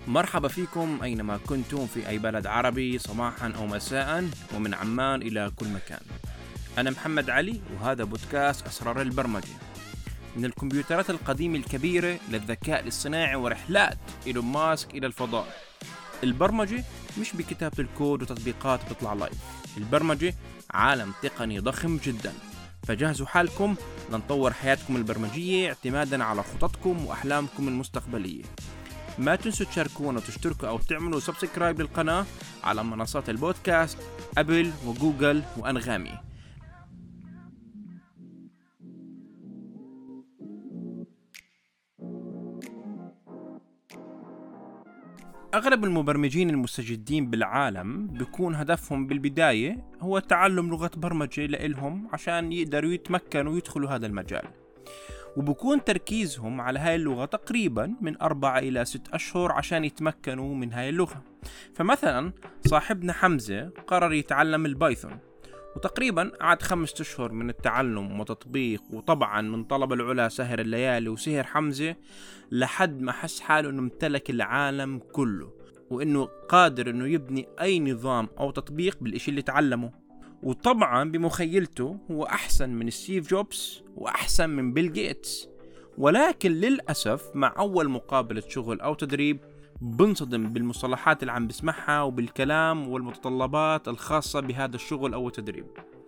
مرحبا فيكم أينما كنتم في أي بلد عربي صباحا أو مساء، ومن عمان إلى كل مكان. أنا محمد علي، وهذا بودكاست أسرار البرمجة. من الكمبيوترات القديمة الكبيرة للذكاء الاصطناعي ورحلات إيلون ماسك إلى الفضاء. البرمجة مش بكتابة الكود وتطبيقات بتطلع لايف، البرمجة عالم تقني ضخم جدا، فجهزوا حالكم لنطور حياتكم البرمجية اعتمادا على خططكم وأحلامكم المستقبلية. ما تنسوا تشاركونا وتشتركوا أو تعملوا سبسكرايب للقناة على منصات البودكاست أبل وجوجل وأنغامي. أغلب المبرمجين المستجدين بالعالم بيكون هدفهم بالبداية هو تعلم لغة برمجة لإلهم عشان يقدروا يتمكنوا ويدخلوا هذا المجال، وبكون تركيزهم على هاي اللغة تقريبا من 4 إلى 6 أشهر عشان يتمكنوا من هاي اللغة. فمثلا صاحبنا حمزة قرر يتعلم البايثون، وتقريبا قعد 5 أشهر من التعلم وتطبيق، وطبعا من طلب العلا سهر الليالي وسهر حمزة لحد ما حس حاله انه امتلك العالم كله، وانه قادر انه يبني اي نظام او تطبيق بالاشي اللي تعلمه. وطبعا بمخيلته هو أحسن من ستيف جوبز وأحسن من بيل جيتس، ولكن للأسف مع أول مقابلة شغل أو تدريب بنصدم بالمصطلحات اللي عم بسمعها وبالكلام والمتطلبات الخاصة بهذا الشغل أو التدريب،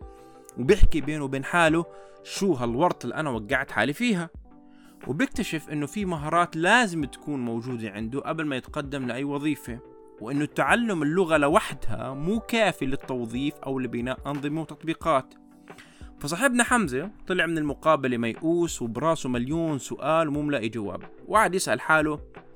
وبيحكي بينه وبين حاله شو هالورط اللي أنا وقعت حالي فيها، وبيكتشف إنه في مهارات لازم تكون موجودة عنده قبل ما يتقدم لأي وظيفة، وإنه تعلم اللغة لوحدها مو كافي للتوظيف أو لبناء أنظمة وتطبيقات. فصاحبنا حمزة طلع من المقابلة ميؤوس وبراسه مليون سؤال ومو ملاقي جواب، وقعد يسأل حاله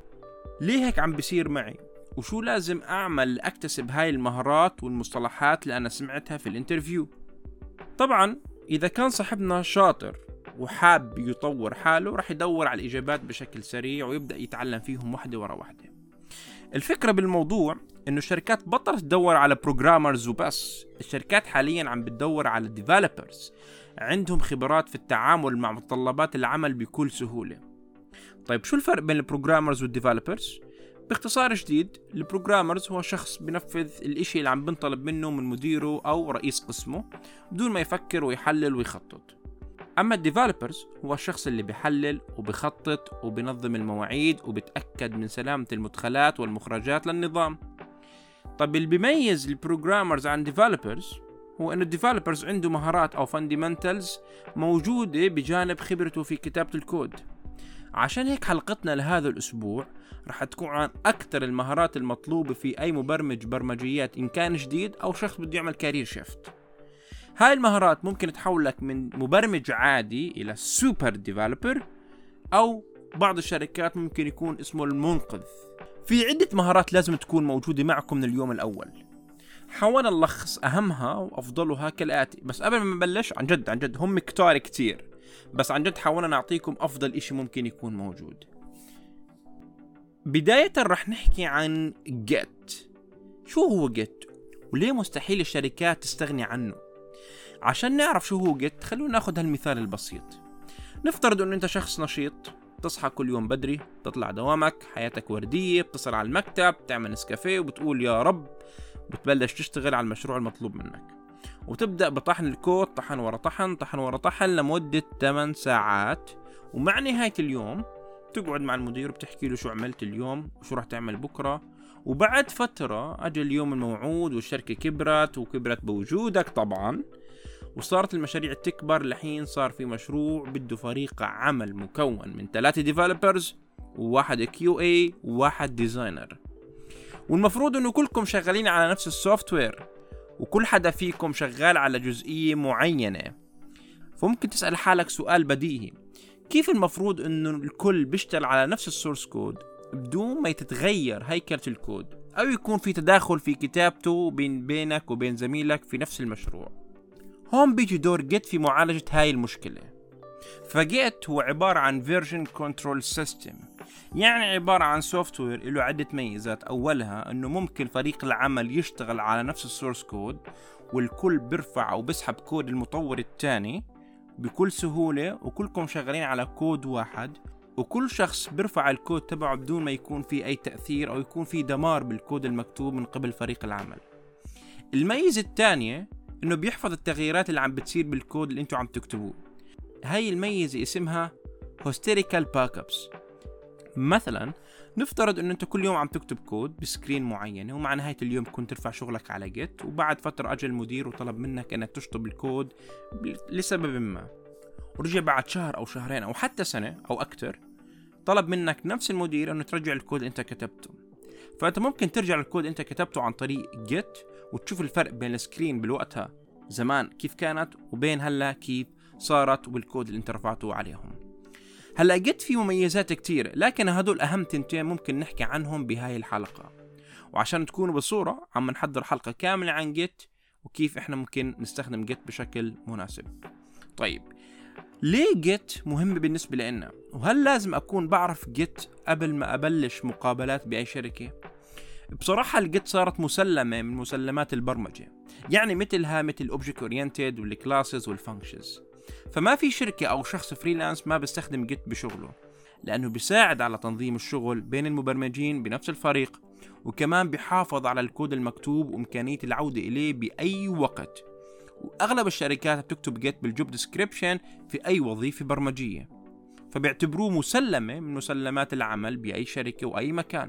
ليه هيك عم بيصير معي، وشو لازم أعمل لأكتسب هاي المهارات والمصطلحات اللي أنا سمعتها في الانترفيو. طبعا إذا كان صاحبنا شاطر وحاب يطور حاله رح يدور على الإجابات بشكل سريع ويبدأ يتعلم فيهم واحدة ورا واحدة. الفكرة بالموضوع إنه الشركات بطلت تدور على بروجرامرز وبس، الشركات حاليا عم بتدور على ديفلوبرز عندهم خبرات في التعامل مع متطلبات العمل بكل سهولة. طيب شو الفرق بين البروجرامرز والديفلوبرز؟ باختصار شديد، البروجرامرز هو شخص بنفذ الاشي اللي عم بنطلب منه من مديره أو رئيس قسمه بدون ما يفكر ويحلل ويخطط. أما الديفلوبرز هو الشخص اللي بيحلل وبيخطط وبينظم المواعيد وبتأكد من سلامة المدخلات والمخرجات للنظام. طب اللي بيميز البروجرامرز عن ديفلوبرز هو أن الديفلوبرز عنده مهارات أو فاندمنتالز موجودة بجانب خبرته في كتابة الكود. عشان هيك حلقتنا لهذا الأسبوع رح تكون عن أكثر المهارات المطلوبة في أي مبرمج برمجيات إن كان جديد أو شخص بده يعمل كارير شيفت. هاي المهارات ممكن تحولك من مبرمج عادي إلى سوبر ديفلوبر، أو بعض الشركات ممكن يكون اسمه المنقذ. في عدة مهارات لازم تكون موجودة معكم من اليوم الأول. حاولنا نلخص أهمها وأفضلها كالآتي، بس قبل ما نبلش عن جد هم كتار كتير، بس عن جد حاولنا نعطيكم أفضل إشي ممكن يكون موجود. بداية رح نحكي عن Git. شو هو Git وليه مستحيل الشركات تستغني عنه؟ عشان نعرف شو هو Git خلونا ناخد هالمثال البسيط. نفترض أن أنت شخص نشيط، تصحى كل يوم بدري، تطلع دوامك، حياتك وردية، بتصل على المكتب، تعمل نسكافيه وبتقول يا رب، بتبلش تشتغل على المشروع المطلوب منك، وتبدأ بطحن الكود طحن ورا طحن لمدة 8 ساعات، ومع نهاية اليوم تقعد مع المدير وبتحكي له شو عملت اليوم وشو راح تعمل بكرة. وبعد فترة أجل اليوم الموعود والشركة كبرت بوجودك طبعا، وصارت المشاريع تكبر، لحين صار في مشروع بده فريق عمل مكون من 3 ديفلوبرز وواحد QA وواحد ديزاينر، والمفروض انه كلكم شغالين على نفس السوفت وير، وكل حدا فيكم شغال على جزئية معينة. فممكن تسأل حالك سؤال بديهي، كيف المفروض انه الكل بيشتغل على نفس السورس كود بدون ما يتغير هيكلة الكود او يكون في تداخل في كتابته بينك وبين زميلك في نفس المشروع؟ هون بيجي دور Git في معالجة هاي المشكلة. فGit هو عبارة عن version control system، يعني عبارة عن سوفت وير له عدة ميزات. أولها أنه ممكن فريق العمل يشتغل على نفس السورس كود، والكل بيرفع أو بيسحب كود المطور الثاني بكل سهولة، وكلكم شغالين على كود واحد، وكل شخص بيرفع الكود تبعه بدون ما يكون في أي تأثير أو يكون في دمار بالكود المكتوب من قبل فريق العمل. الميزة الثانية إنه بيحفظ التغييرات اللي عم بتصير بالكود اللي أنتوا عم تكتبوه. هاي الميزة اسمها hysterical backups. مثلا نفترض إنه أنت كل يوم عم تكتب كود بسكرين معينة، ومع نهاية اليوم كنت ترفع شغلك على جيت، وبعد فترة أجى المدير وطلب منك إنك تشطب الكود لسبب ما، ورجع بعد شهر أو شهرين أو حتى سنة أو أكتر طلب منك نفس المدير إنه ترجع الكود أنت كتبته. فأنت ممكن ترجع الكود أنت كتبته عن طريق جيت وتشوف الفرق بين السكرين بالوقتها زمان كيف كانت وبين هلا كيف صارت والكود اللي انت رفعته عليهم. هلا جيت فيه مميزات كتير، لكن هدول أهم تنتين ممكن نحكي عنهم بهاي الحلقة، وعشان تكونوا بصورة عم نحضر حلقة كاملة عن جيت وكيف احنا ممكن نستخدم جيت بشكل مناسب. طيب ليه جيت مهم بالنسبة لنا؟ وهل لازم أكون بعرف جيت قبل ما أبلش مقابلات بأي شركة؟ بصراحة الجيت صارت مسلمة من مسلمات البرمجة، يعني مثلها مثل Object Oriented والكلاسز والفانكشنز. فما في شركة أو شخص فريلانس ما بيستخدم جيت بشغله، لأنه بيساعد على تنظيم الشغل بين المبرمجين بنفس الفريق، وكمان بيحافظ على الكود المكتوب وإمكانية العودة إليه بأي وقت. وأغلب الشركات بتكتب جيت بالجوب ديسكريبشن في أي وظيفة برمجية، فبيعتبروه مسلمة من مسلمات العمل بأي شركة وأي مكان.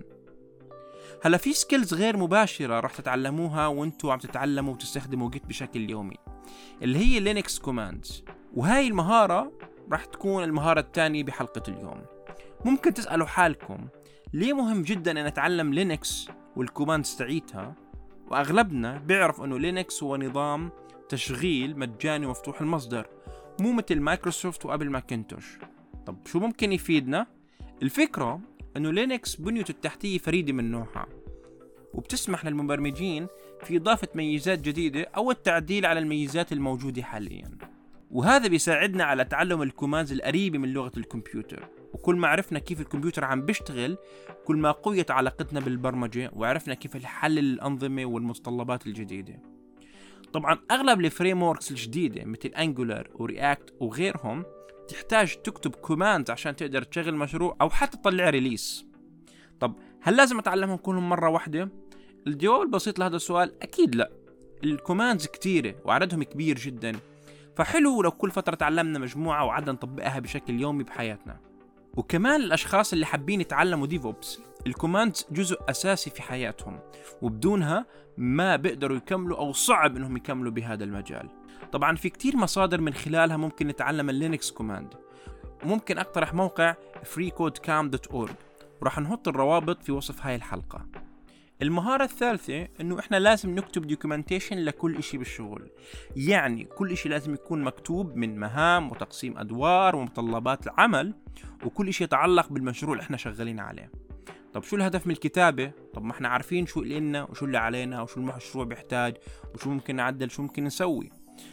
هلا في سكيلز غير مباشرة رح تتعلموها وانتوا عم تتعلموا وتستخدموا جيت بشكل يومي، اللي هي لينكس كوماندز، وهاي المهارة رح تكون المهارة الثانية بحلقة اليوم. ممكن تسألوا حالكم ليه مهم جدا ان اتعلم لينكس والكوماندز تاعيتها، واغلبنا بيعرف انه لينكس هو نظام تشغيل مجاني مفتوح المصدر، مو مثل مايكروسوفت وابل ماكنتوش. طب شو ممكن يفيدنا؟ الفكرة انه لينكس بنيته التحتية فريدة من نوعها، وبتسمح للمبرمجين في اضافة ميزات جديدة او التعديل على الميزات الموجودة حاليا، وهذا بيساعدنا على تعلم الكوماندز القريبة من لغة الكمبيوتر. وكل ما عرفنا كيف الكمبيوتر عم بيشتغل، كل ما قويت علاقتنا بالبرمجة وعرفنا كيف نحلل الأنظمة والمتطلبات الجديدة. طبعا أغلب الفريم ووركس الجديدة مثل أنجولار ورياكت وغيرهم تحتاج تكتب كوماند عشان تقدر تشغل مشروع أو حتى تطلع ريليس. طب هل لازم أتعلمهم كلهم مرة واحدة؟ الجواب البسيط لهذا السؤال أكيد لا. الكوماندز كتيرة وعددهم كبير جدا، فحلو لو كل فترة تعلمنا مجموعة وعدنا نطبقها بشكل يومي بحياتنا. وكمان الأشخاص اللي حابين يتعلموا ديفوبس، الكوماندز جزء أساسي في حياتهم، وبدونها ما بيقدروا يكملوا أو صعب إنهم يكملوا بهذا المجال. طبعا في كتير مصادر من خلالها ممكن نتعلم اللينكس كوماند. ممكن أقترح موقع freecodecamp.org، وراح نحط الروابط في وصف هاي الحلقة. المهارة الثالثة إنه إحنا لازم نكتب دوكيومنتيشن لكل إشي بالشغل، يعني كل إشي لازم يكون مكتوب من مهام وتقسيم أدوار ومتطلبات العمل، وكل إشي يتعلق بالمشروع اللي إحنا شغالين عليه. طب شو الهدف من الكتابة؟ طب ما إحنا عارفين شو اللي لنا وشو اللي علينا وشو المشروع بيحتاج وشو ممكن نعدل شو ممكن نسوي.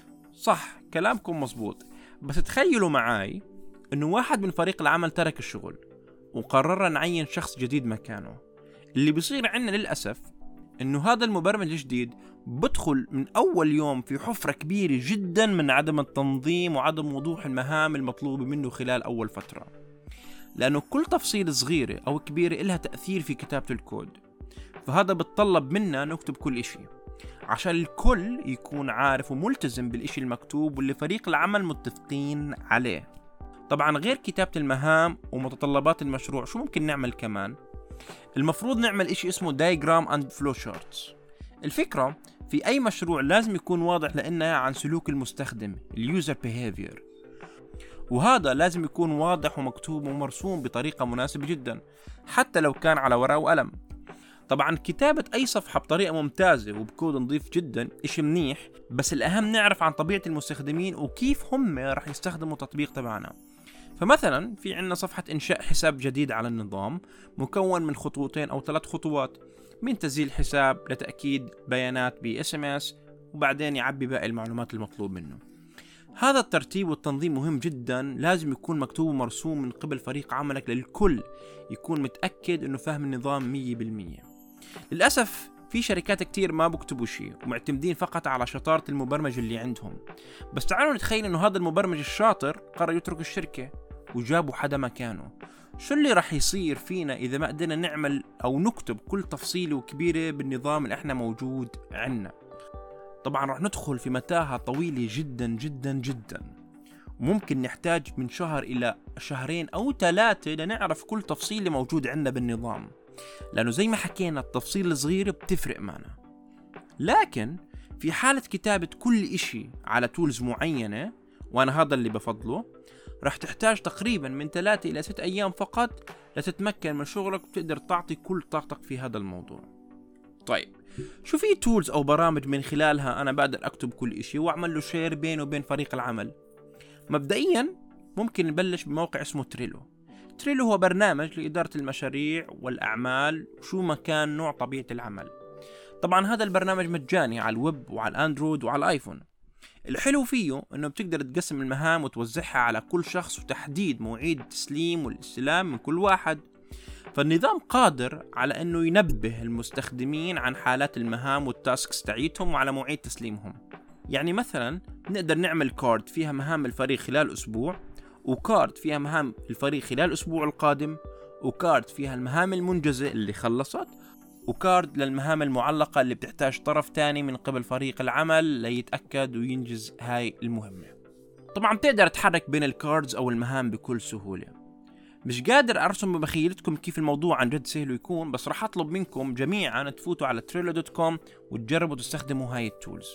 صح كلامكم مزبوط، بس تخيلوا معاي إنه واحد من فريق العمل ترك الشغل وقررنا نعين شخص جديد مكانه. اللي بيصير عنا للأسف إنه هذا المبرمج الجديد بدخل من أول يوم في حفرة كبيرة جدا من عدم التنظيم وعدم وضوح المهام المطلوبة منه خلال أول فترة، لأنه كل تفصيل صغيرة أو كبيرة إلها تأثير في كتابة الكود. فهذا بتطلب منا نكتب كل إشي عشان الكل يكون عارف وملتزم بالإشي المكتوب واللي فريق العمل متفقين عليه. طبعا غير كتابة المهام ومتطلبات المشروع، شو ممكن نعمل كمان؟ المفروض نعمل إشي اسمه diagram and flowcharts. الفكرة في أي مشروع لازم يكون واضح لنا عن سلوك المستخدم user behavior، وهذا لازم يكون واضح ومكتوب ومرسوم بطريقة مناسبة جدا حتى لو كان على ورقة وقلم. طبعا كتابة أي صفحة بطريقة ممتازة وبكود نظيف جدا إشي منيح، بس الأهم نعرف عن طبيعة المستخدمين وكيف هم رح يستخدموا التطبيق تبعنا. فمثلا في عنا صفحة إنشاء حساب جديد على النظام مكون من خطوتين أو 3 خطوات، من تسجيل حساب لتأكيد بيانات SMS، وبعدين يعبي باقي المعلومات المطلوب منه. هذا الترتيب والتنظيم مهم جدا، لازم يكون مكتوب ومرسوم من قبل فريق عملك للكل يكون متأكد إنه فاهم النظام 100%. للأسف في شركات كتير ما بكتبوا شيء ومعتمدين فقط على شطارة المبرمج اللي عندهم. بس تعالوا نتخيل إنه هذا المبرمج الشاطر قرر يترك الشركة وجابوا حدا مكانه. شو اللي راح يصير فينا إذا ما قدرنا نعمل أو نكتب كل تفصيلة وكبيرة بالنظام اللي احنا موجود عنا؟ طبعا راح ندخل في متاهة طويلة جدا جدا جدا، وممكن نحتاج من شهر إلى شهرين أو 3 لنعرف كل تفصيلة موجود عنا بالنظام، لأنه زي ما حكينا التفصيل الصغيرة بتفرق معنا. لكن في حالة كتابة كل إشي على تولز معينة، وأنا هذا اللي بفضله، رح تحتاج تقريبا من 3 إلى 6 أيام فقط لتتمكن من شغلك وتقدر تعطي كل طاقتك في هذا الموضوع. طيب، شو في تولز أو برامج من خلالها أنا بقدر أكتب كل إشي وأعمل له شير بينه وبين فريق العمل؟ مبدئيا ممكن نبلش بموقع اسمه تريلو. تريلو هو برنامج لإدارة المشاريع والأعمال شو ما كان نوع طبيعة العمل. طبعا هذا البرنامج مجاني على الويب وعلى الأندرويد وعلى الآيفون. الحلو فيه انه بتقدر تقسم المهام وتوزعها على كل شخص وتحديد مواعيد التسليم والاستلام من كل واحد. فالنظام قادر على انه ينبه المستخدمين عن حالات المهام والتاسكس تاعيتهم وعلى مواعيد تسليمهم. يعني مثلا نقدر نعمل كارد فيها مهام الفريق خلال اسبوع، وكارد فيها مهام الفريق خلال الاسبوع القادم، وكارد فيها المهام المنجزة اللي خلصت، وكارد للمهام المعلقة اللي بتحتاج طرف تاني من قبل فريق العمل ليتأكد وينجز هاي المهمة. طبعا بتقدر تحرك بين الكاردز أو المهام بكل سهولة. مش قادر أرسم بمخيلتكم كيف الموضوع عن جد سهل يكون، بس راح أطلب منكم جميعا تفوتوا على trello.com وتجربوا تستخدموا هاي التولز.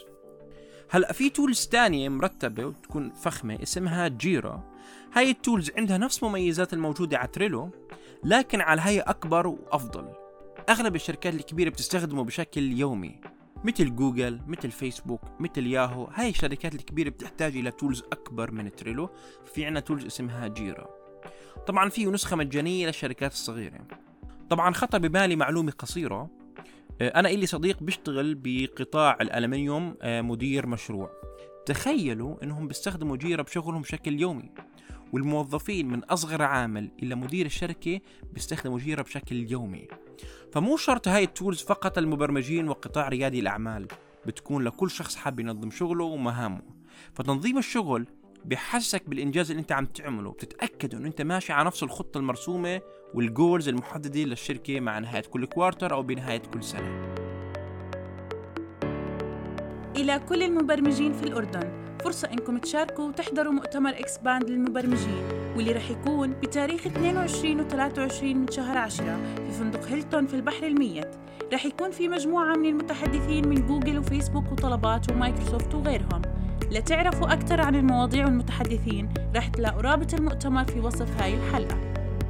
هلأ في تولز تانية مرتبة وتكون فخمة اسمها جيرا. هاي التولز عندها نفس مميزات الموجودة على تريلو، لكن على هاي أكبر وأفضل. أغلب الشركات الكبيرة بتستخدمه بشكل يومي، مثل جوجل، مثل فيسبوك، مثل ياهو. هاي الشركات الكبيرة بتحتاج إلى تولز أكبر من تريلو. في عنا تولز اسمها جيرا. طبعا فيه نسخة مجانية للشركات الصغيرة. طبعا خطر ببالي معلومة قصيرة. أنا إلي صديق بيشتغل بقطاع الألمنيوم، مدير مشروع. تخيلوا إنهم بيستخدموا جيرا بشغلهم بشكل يومي، والموظفين من أصغر عامل إلى مدير الشركة بيستخدموا جيرا بشكل يومي. فمو شرط هاي التولز فقط للمبرمجين وقطاع ريادي الأعمال، بتكون لكل شخص حاب ينظم شغله ومهامه. فتنظيم الشغل بيحسسك بالإنجاز اللي أنت عم تعمله، بتتأكد إنه أنت ماشي على نفس الخطة المرسومة والجولز المحددة للشركة مع نهاية كل كوارتر أو بنهاية كل سنة. إلى كل المبرمجين في الأردن، فرصة إنكم تشاركوا وتحضروا مؤتمر إكسباند للمبرمجين، واللي رح يكون بتاريخ 22 و 23 من شهر 10 في فندق هيلتون في البحر الميت. رح يكون في مجموعة من المتحدثين من جوجل وفيسبوك وطلبات ومايكروسوفت وغيرهم. لتعرفوا أكثر عن المواضيع والمتحدثين رح تلاقوا رابط المؤتمر في وصف هاي الحلقة.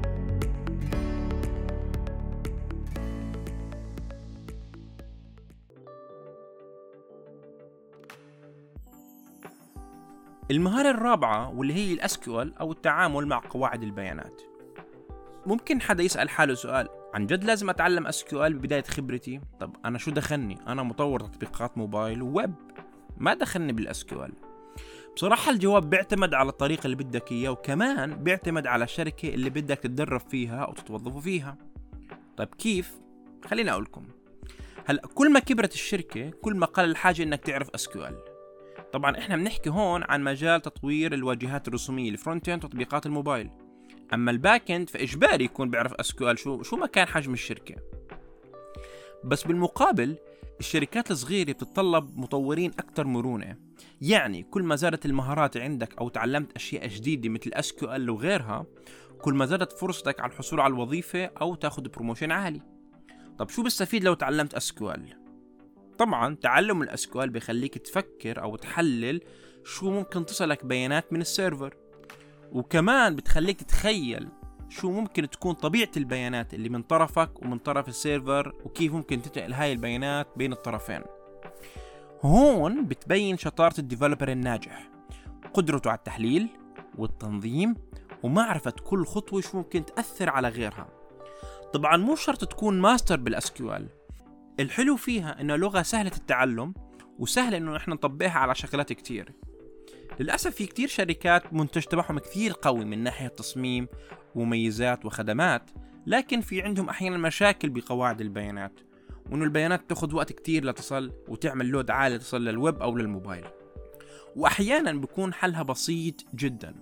المهارة الرابعة واللي هي الأسكيول أو التعامل مع قواعد البيانات. ممكن حدا يسأل حاله سؤال، عن جد لازم أتعلم أسكيول ببداية خبرتي؟ طب أنا شو دخلني؟ أنا مطور تطبيقات موبايل وويب، ما دخلني بالأسكيول. بصراحة الجواب بيعتمد على الطريقة اللي بدك إياه، وكمان بيعتمد على الشركة اللي بدك تتدرب فيها أو تتوظفوا فيها. طيب كيف؟ خليني أقولكم. هلأ كل ما كبرت الشركة كل ما قل الحاجة إنك تعرف أسكيول. طبعا إحنا بنحكي هون عن مجال تطوير الواجهات الرسومية، الفرونت اند وتطبيقات الموبايل. أما الباك اند فإجباري يكون بيعرف أسكيول شو ما كان حجم الشركة. بس بالمقابل الشركات الصغيرة بتتطلب مطورين أكثر مرونة. يعني كل ما زادت المهارات عندك أو تعلمت أشياء جديدة مثل SQL وغيرها، كل ما زادت فرصتك على الحصول على الوظيفة أو تاخد بروموشن عالي. طب شو بستفيد لو تعلمت SQL؟ طبعا تعلم الSQL بيخليك تفكر أو تحلل شو ممكن تصلك بيانات من السيرفر، وكمان بتخليك تتخيل شو ممكن تكون طبيعة البيانات اللي من طرفك ومن طرف السيرفر، وكيف ممكن تنتقل هاي البيانات بين الطرفين. هون بتبين شطارة الديفلوبر الناجح، قدرته على التحليل والتنظيم ومعرفة كل خطوة شو ممكن تأثر على غيرها. طبعا مو شرط تكون ماستر بالSQL. الحلو فيها انها لغة سهلة التعلم وسهل انه احنا نطبقها على شغلات كتير. للأسف في كتير شركات منتج تبعهم كثير قوي من ناحية تصميم ومميزات وخدمات، لكن في عندهم أحيانا مشاكل بقواعد البيانات، وإنه البيانات تأخذ وقت كتير لتصل وتعمل لود عالي تصل للويب أو للموبايل. وأحيانا بيكون حلها بسيط جدا.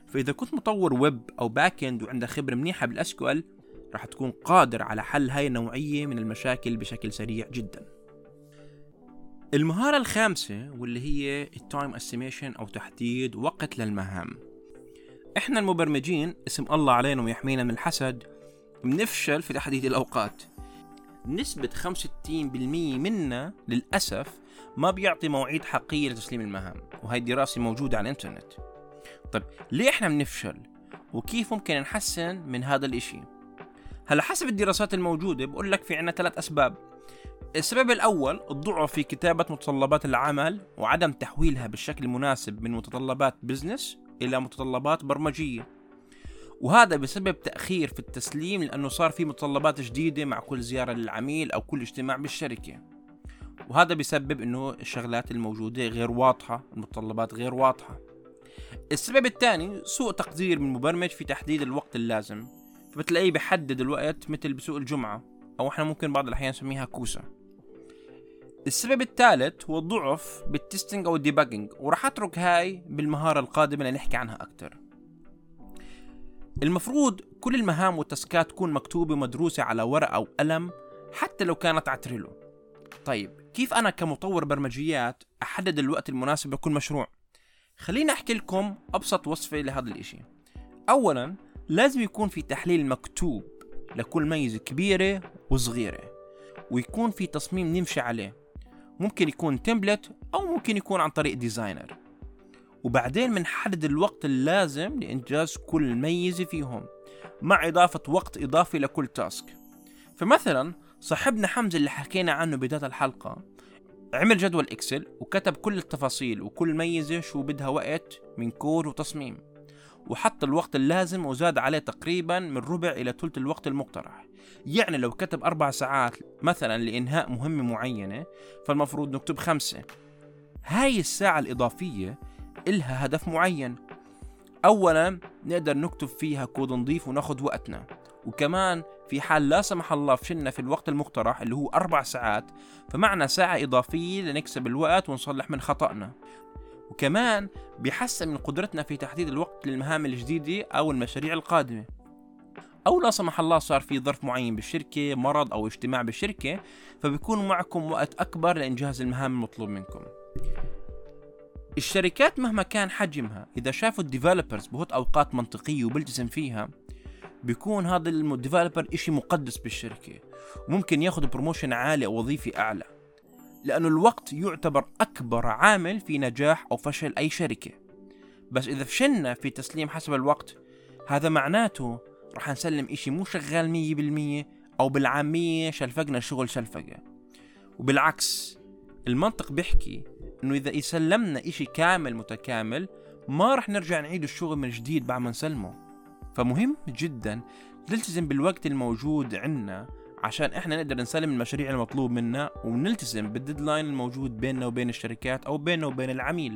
فإذا كنت مطور ويب أو باك اند وعندك خبرة منيحة بالSQL راح تكون قادر على حل هاي النوعية من المشاكل بشكل سريع جدا. المهارة الخامسة واللي هي التايم استيميشن أو تحديد وقت للمهام. إحنا المبرمجين اسم الله علينا ويحمينا من الحسد بنفشل في تحديد الأوقات. نسبة 65% منا للأسف ما بيعطي مواعيد حقيقية لتسليم المهام، وهي دراسة موجودة على الانترنت. طيب ليه إحنا بنفشل وكيف ممكن نحسن من هذا الإشي؟ هلا حسب الدراسات الموجودة بقول لك في عنا 3 أسباب. السبب الأول الضعف في كتابة متطلبات العمل وعدم تحويلها بالشكل المناسب من متطلبات بزنس إلى متطلبات برمجية، وهذا بسبب تأخير في التسليم لأنه صار في متطلبات جديدة مع كل زيارة للعميل أو كل اجتماع بالشركة، وهذا بسبب أنه الشغلات الموجودة غير واضحة، المتطلبات غير واضحة. السبب الثاني سوء تقدير من المبرمج في تحديد الوقت اللازم، فبتلاقيه بحدد الوقت مثل بسوق الجمعة أو احنا ممكن بعض الأحيان نسميها كوسة. السبب الثالث هو الضعف بالتستنج أو الديباجنج، وراح أترك هاي بالمهارة القادمة لنحكي عنها أكتر. المفروض كل المهام والتاسكات تكون مكتوبة ومدروسة على ورقة أو قلم حتى لو كانت على تريلو. طيب كيف أنا كمطور برمجيات أحدد الوقت المناسب لكل مشروع؟ خلينا أحكي لكم أبسط وصفة لهذا الإشي. أولا لازم يكون في تحليل مكتوب لكل ميزة كبيرة وصغيرة، ويكون في تصميم نمشي عليه، ممكن يكون تمبلت أو ممكن يكون عن طريق ديزاينر، وبعدين منحدد الوقت اللازم لإنجاز كل ميزة فيهم مع إضافة وقت إضافي لكل تاسك. فمثلا صاحبنا حمزة اللي حكينا عنه بداية الحلقة عمل جدول إكسل وكتب كل التفاصيل وكل ميزة شو بدها وقت من كود وتصميم، وحط الوقت اللازم وزاد عليه تقريبا من ربع إلى ثلث الوقت المقترح. يعني لو كتب 4 ساعات مثلا لإنهاء مهمة معينة فالمفروض نكتب 5. هاي الساعة الإضافية إلها هدف معين. أولا نقدر نكتب فيها كود نضيف وناخد وقتنا، وكمان في حال لا سمح الله فشلنا في الوقت المقترح اللي هو 4 ساعات فمعنا ساعة إضافية لنكسب الوقت ونصلح من خطأنا، وكمان بيحسن من قدرتنا في تحديد الوقت للمهام الجديدة أو المشاريع القادمة. أو لا سمح الله صار في ظرف معين بالشركة، مرض أو اجتماع بالشركة، فبيكون معكم وقت أكبر لإنجاز المهام المطلوب منكم. الشركات مهما كان حجمها إذا شافوا الديفلوبرز بهوت أوقات منطقية وبلتزم فيها بيكون هذا الديفلوبر إشي مقدس بالشركة، وممكن ياخد بروموشن عالي أو وظيفة أعلى، لأنه الوقت يعتبر أكبر عامل في نجاح أو فشل أي شركة. بس إذا فشلنا في تسليم حسب الوقت هذا معناته رح نسلم إشي مو شغال 100%، أو بالعامية شلفقنا شغل شلفقة. وبالعكس المنطق بيحكي إنه إذا يسلمنا إشي كامل متكامل ما رح نرجع نعيد الشغل من جديد بعد ما نسلمه. فمهم جدا نلتزم بالوقت الموجود عنا عشان إحنا نقدر نسلم المشاريع المطلوب منا، ونلتزم بالديدلاين الموجود بيننا وبين الشركات أو بيننا وبين العميل.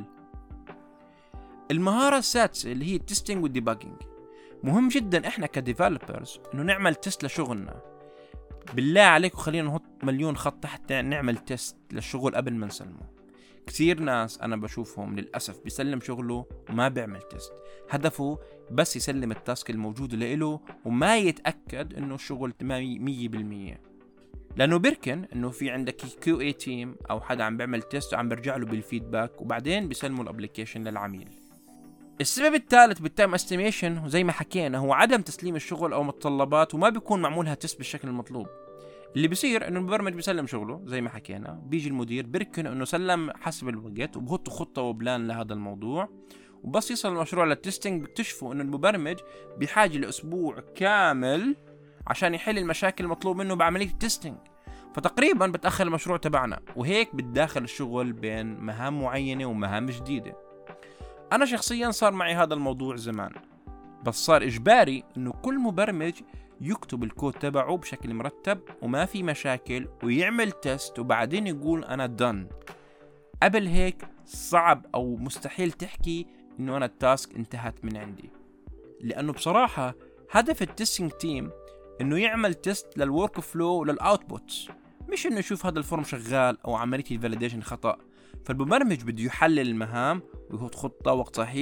المهارة السادسة اللي هي التستنج والديباجنج. مهم جدا إحنا كديفلوبرز إنه نعمل تيست لشغلنا. بالله عليكم خلينا نحط مليون خط تحت نعمل تيست للشغل قبل ما نسلمه. كثير ناس أنا بشوفهم للأسف بيسلم شغله وما بيعمل تيست، هدفه بس يسلم التاسك الموجود له وما يتأكد إنه الشغل 100%، لأنه بيركن إنه في عندك QA تيم أو حدا عم بيعمل تيست وعم برجع له بالفيدباك وبعدين بيسلموا الابليكيشن للعميل. السبب الثالث بالتايم استيميشن زي ما حكينا هو عدم تسليم الشغل أو متطلبات وما بيكون معمولها تيست بالشكل المطلوب. اللي بيصير انه المبرمج بيسلم شغله زي ما حكينا، بيجي المدير بيركن انه سلم حسب الوقت وبحط خطة وبلان لهذا الموضوع، وبس يصل المشروع للتستنج بيكتشفوا انه المبرمج بحاجة لأسبوع كامل عشان يحل المشاكل المطلوب منه بعملية التستنج، فتقريبا بتأخر المشروع تبعنا، وهيك بتداخل الشغل بين مهام معينة ومهام جديدة. انا شخصيا صار معي هذا الموضوع زمان، بس صار اجباري انه كل مبرمج يكتب الكود تبعه بشكل مرتب وما في مشاكل ويعمل تيست وبعدين يقول أنا done. قبل هيك صعب أو مستحيل تحكي إنه أنا التاسك انتهت من عندي، لأنه بصراحة هدف التستنج تيم إنه يعمل تيست للورك فلو وللأوتبوتس، مش إنه يشوف هذا الفورم شغال أو عملية الفاليديشن خطأ. فالمبرمج بده يحلل المهام ويحط خطة وقت صحيح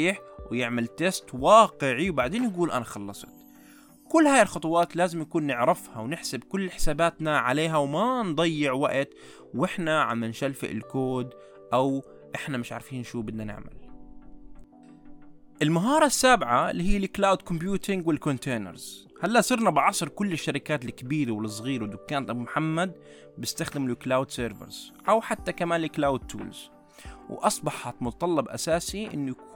ويعمل تيست واقعي وبعدين يقول أنا خلصت. كل هاي الخطوات لازم يكون نعرفها ونحسب كل حساباتنا عليها وما نضيع وقت وإحنا عم نشلفق الكود أو إحنا مش عارفين شو بدنا نعمل. المهارة السابعة اللي هي الكلاود كومبيوتينج والكونتينرز. هلا صرنا بعصر كل الشركات الكبيرة والصغيرة ودكان أبو محمد بيستخدموا الكلاود سيرفرز أو حتى كمان الكلاود تولز، وأصبحت متطلب أساسي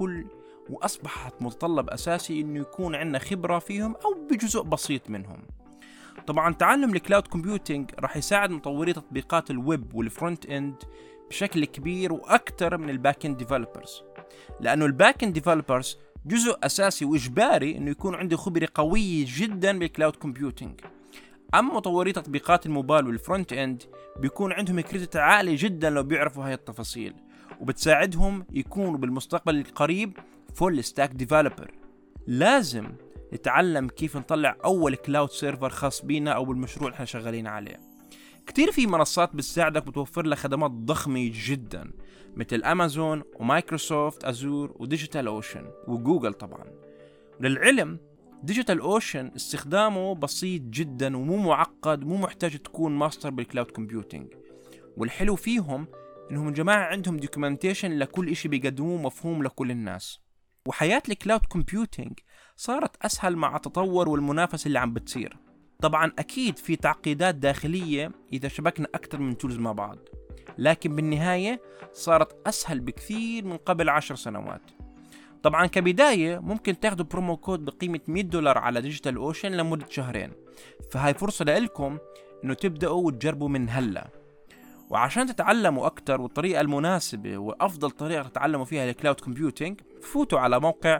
إنه يكون عندنا خبرة فيهم أو بجزء بسيط منهم. طبعا تعلم الكلاود كومبيوتينج راح يساعد مطوري تطبيقات الويب والفرونت اند بشكل كبير وأكثر من الباك اند ديفلوبرز، لأنه الباك اند ديفلوبرز جزء أساسي وإجباري إنه يكون عنده خبرة قوية جدا بالكلاود كومبيوتينج. أما مطوري تطبيقات الموبايل والفرونت اند بيكون عندهم كريدت عالي جدا لو بيعرفوا هاي التفاصيل، وبتساعدهم يكونوا بالمستقبل القريب فول ستاك ديفلوبر. لازم نتعلم كيف نطلع أول كلاود سيرفر خاص بينا أو بالمشروع اللي احنا شغالين عليه. كتير في منصات بتساعدك بتوفر لك خدمات ضخمة جدا مثل أمازون ومايكروسوفت أزور وديجيتال أوشن وجوجل. طبعا للعلم ديجيتال أوشن استخدامه بسيط جدا ومو معقد، مو محتاج تكون ماستر بالكلاود كومبيوتينج، والحلو فيهم إنهم جماعة عندهم دوكيومنتيشن لكل إشي بيقدموه مفهوم لكل الناس. وحياة الكلاود كومبيوتينج صارت أسهل مع التطور والمنافسة اللي عم بتصير. طبعا أكيد في تعقيدات داخلية إذا شبكنا أكتر من تولز مع بعض، لكن بالنهاية صارت أسهل بكثير من قبل 10 سنوات. طبعا كبداية ممكن تاخدوا برومو كود بقيمة $100 على ديجيتال أوشن لمدة 2 شهر، فهاي فرصة لكم إنه تبدأوا وتجربوا من هلا. وعشان تتعلموا أكتر والطريقة المناسبة وأفضل طريقة تتعلموا فيها الكلاود كومبيوتينج، فوتوا على موقع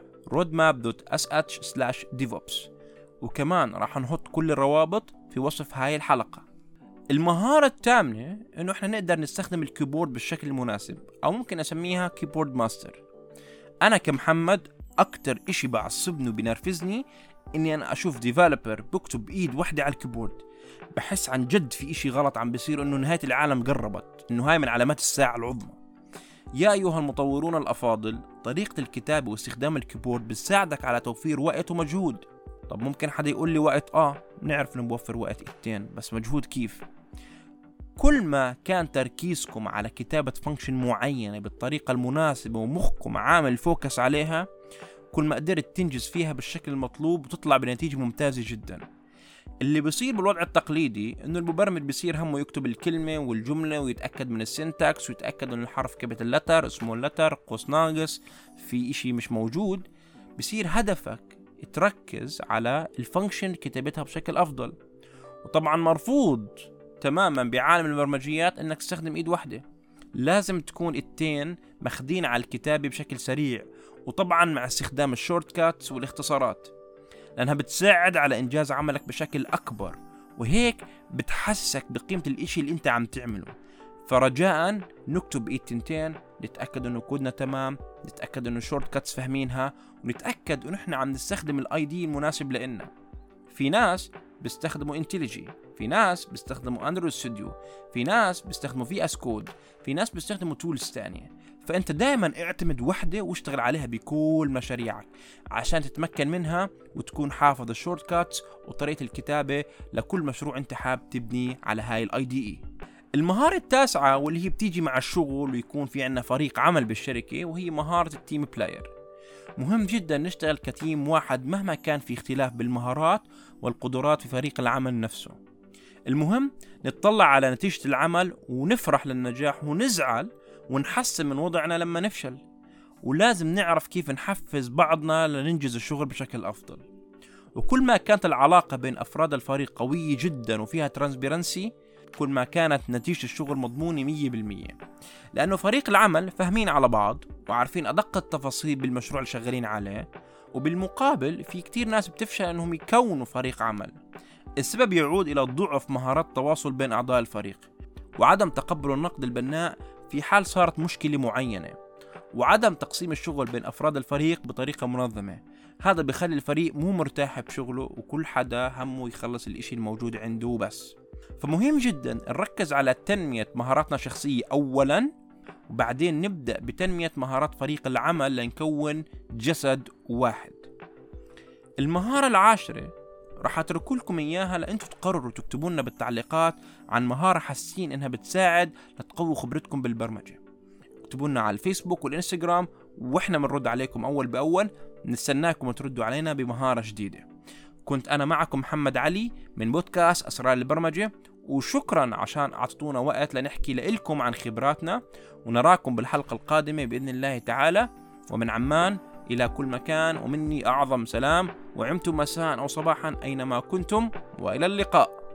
roadmap.sh/devops، وكمان راح نحط كل الروابط في وصف هاي الحلقة. المهارة الثامنة إنه إحنا نقدر نستخدم الكيبورد بالشكل المناسب، أو ممكن أسميها كيبورد ماستر. أنا كمحمد أكتر إشي بعصبني وبينرفزني إني أنا أشوف ديفلوبر بكتب بإيد واحدة على الكيبورد. بحس عن جد في إشي غلط عم بيصير، إنه نهاية العالم قربت، إنه هاي من علامات الساعة العظمى. يا أيها المطورون الأفاضل، طريقة الكتابة واستخدام الكيبورد بتساعدك على توفير وقت ومجهود. طب ممكن حدا يقول لي وقت، نعرف نوفر وقت إيدتين، بس مجهود كيف؟ كل ما كان تركيزكم على كتابة فانكشن معينة بالطريقة المناسبة ومخكم عامل فوكس عليها، كل ما قدرت تنجز فيها بالشكل المطلوب وتطلع بنتيجة ممتازة جدا. اللي بيصير بالوضع التقليدي انه المبرمج بيصير همه يكتب الكلمة والجملة ويتأكد من السينتاكس ويتأكد ان الحرف كابيتال لتر، سمول لتر، قوس ناقص، في اشي مش موجود. بيصير هدفك تركز على الفانكشن كتابتها بشكل افضل. وطبعا مرفوض تماما بعالم البرمجيات انك تستخدم ايد واحدة، لازم تكون ايدتين مخدين على الكتابة بشكل سريع، وطبعا مع استخدام الشورت كاتس والاختصارات، لأنها بتساعد على إنجاز عملك بشكل أكبر، وهيك بتحسسك بقيمة الإشي اللي أنت عم تعمله. فرجاء نكتب إيدتين، نتأكد إنه كودنا تمام، نتأكد إنه الشورت كاتس فاهمينها، ونتأكد إنه إحنا عم نستخدم الآي دي المناسب لإلنا. في ناس بيستخدموا انتليجي، في ناس بيستخدموا اندرويد ستوديو، في ناس بيستخدموا في اس كود، في ناس بيستخدموا تولز تانية. فانت دائما اعتمد وحدة واشتغل عليها بكل مشاريعك عشان تتمكن منها وتكون حافظ الشورت كاتس وطريقة الكتابة لكل مشروع انت حاب تبني على هاي الاي دي اي. المهارة التاسعة واللي هي بتيجي مع الشغل ويكون في عنا فريق عمل بالشركة، وهي مهارة التيم بلاير. مهم جدا نشتغل كتيم واحد مهما كان في اختلاف بالمهارات والقدرات في فريق العمل نفسه. المهم نتطلع على نتيجة العمل ونفرح للنجاح ونزعل ونحسن من وضعنا لما نفشل، ولازم نعرف كيف نحفز بعضنا لننجز الشغل بشكل أفضل. وكل ما كانت العلاقة بين أفراد الفريق قوية جدا وفيها ترانسبيرنسي، كل ما كانت نتيجة الشغل مضمونة 100%، لأنه فريق العمل فاهمين على بعض وعارفين أدق التفاصيل بالمشروع اللي شغالين عليه. وبالمقابل في كتير ناس بتفشل أنهم يكونوا فريق عمل. السبب يعود إلى ضعف مهارات التواصل بين أعضاء الفريق، وعدم تقبل النقد البناء في حال صارت مشكلة معينة، وعدم تقسيم الشغل بين أفراد الفريق بطريقة منظمة. هذا بيخلي الفريق مو مرتاح بشغله وكل حدا همه يخلص الاشي الموجود عنده بس. فمهم جدا نركز على تنمية مهاراتنا الشخصية أولا، وبعدين نبدأ بتنمية مهارات فريق العمل لنكون جسد واحد. المهارة العاشرة راح أترك لكم إياها لأنتوا تقرروا تكتبوا لنا بالتعليقات عن مهارة حاسين إنها بتساعد لتقوي خبرتكم بالبرمجة. اكتبوا لنا على الفيسبوك والإنستغرام وإحنا بنرد عليكم أول بأول. نستناكم تردوا علينا بمهارة جديدة. كنت أنا معكم محمد علي من بودكاست أسرار البرمجة، وشكرا عشان أعطونا وقت لنحكي لكم عن خبراتنا، ونراكم بالحلقة القادمة بإذن الله تعالى. ومن عمان إلى كل مكان، ومني أعظم سلام، وعمتم مساء أو صباحا أينما كنتم، وإلى اللقاء.